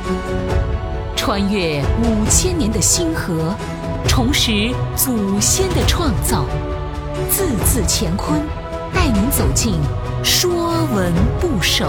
穿越5000年的星河，重拾祖先的创造，字字乾坤，带您走进《说文不首》。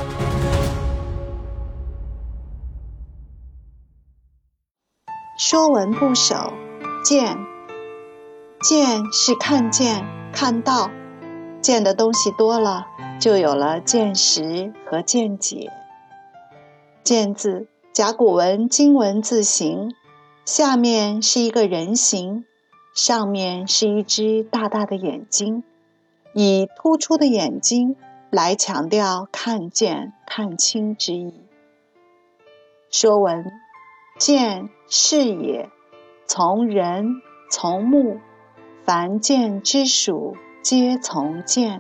说文不首，见。见是看见、看到，见的东西多了，就有了见识和见解。见字，甲骨文金文字形，下面是一个人形，上面是一只大大的眼睛，以突出的眼睛来强调看见、看清之意。说文，见视野，从人，从目，凡见之属，皆从见。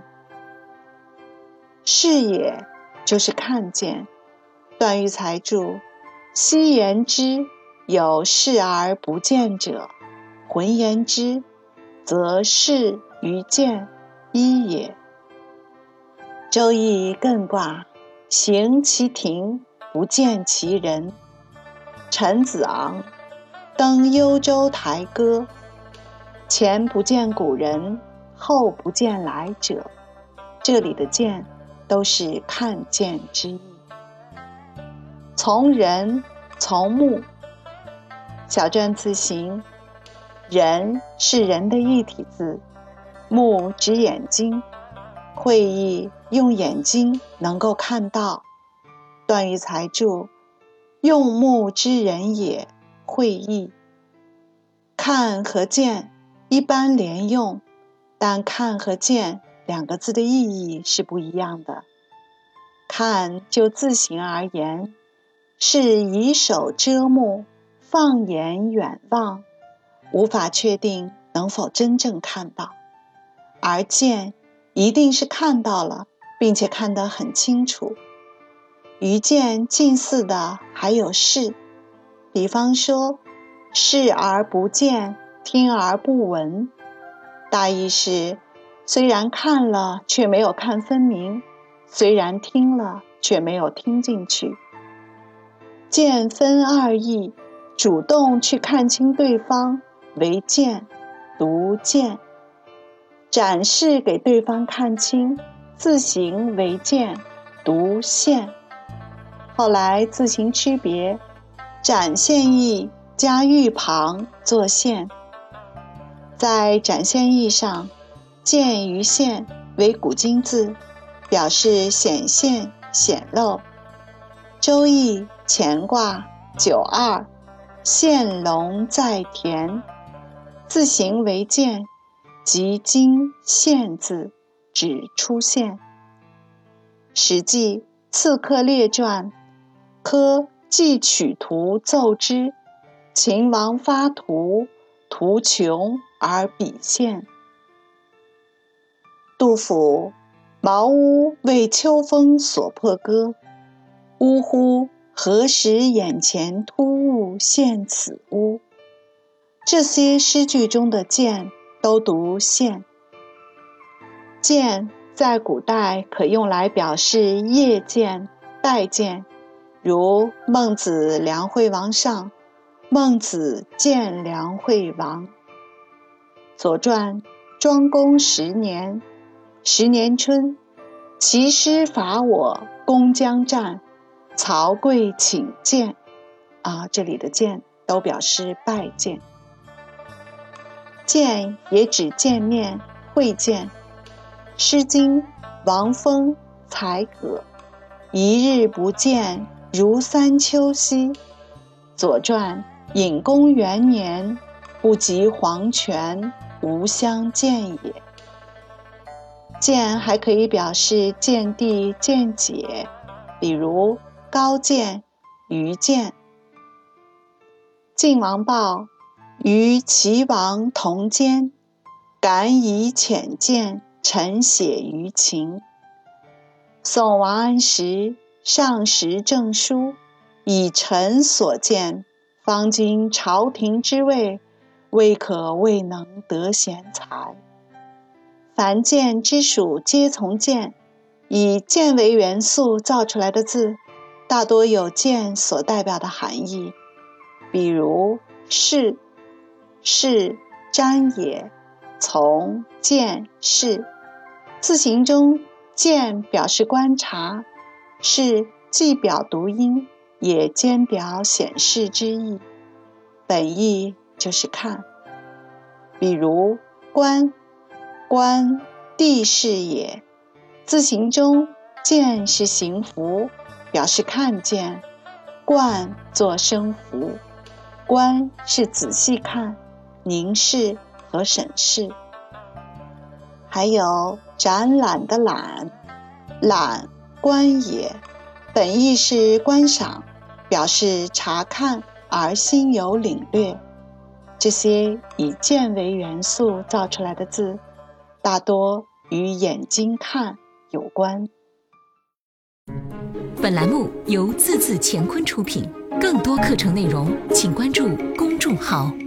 视野就是看见。段玉裁注：昔言之，有视而不见者，浑言之，则视与见一也。周易艮卦，行其庭，不见其人。陈子昂，登幽州台歌，前不见古人，后不见来者。这里的见都是看见之意。从人，从目。小篆字形，人是人的一体字，目指眼睛，会意用眼睛能够看到。段玉裁注：用目之人也，会意。看和见一般连用，但看和见两个字的意义是不一样的。看就字形而言，是以手遮目，放眼远望，无法确定能否真正看到。而见一定是看到了，并且看得很清楚。与见近似的还有视，比方说视而不见，听而不闻。大意是，虽然看了却没有看分明，虽然听了却没有听进去。见分二义，主动去看清对方为见，读见；展示给对方看清，字形为见，读现。后来字形区别，展现义加玉旁作现。在展现义上，见与现为古今字，表示显现、显露。周易乾卦92，现龙在田，字形为见，即今现字，指出现。史记刺客列传，科既取图奏之，秦王发图，图穷而笔现。杜甫，茅屋为秋风所破歌，呜呼！何时眼前突兀现此屋？这些诗句中的见都读现。见在古代可用来表示夜见、待见，如孟子梁惠王上，孟子见梁惠王。左传庄公10年，10年春，其师伐我，公将战，曹刿请见。这里的见都表示拜见。见也指见面、会见。诗经王风采葛，一日不见，如三秋兮。左传隐公元年，不及黄泉，无相见也。见还可以表示见地、见解，比如高见、愚见。晋王豹，与齐王同监，敢以浅见，陈写于秦。宋王安石，上识政书，以臣所见，方今朝廷之位，未可未能得贤才。凡见之属皆从见，以见为元素造出来的字， 大多有见所代表的含义，比如视，视瞻也，从见视。字形中见表示观察，视既表读音，也兼表显示之意，本意就是看。比如观，观地视也。字形中见是形符，表示看见，观作声符，观是仔细看、凝视和审视。还有展览的览，览观也，本意是观赏，表示察看而心有领略。这些以见为元素造出来的字，大多与眼睛看有关。 本栏目由字字乾坤出品，更多课程内容请关注公众号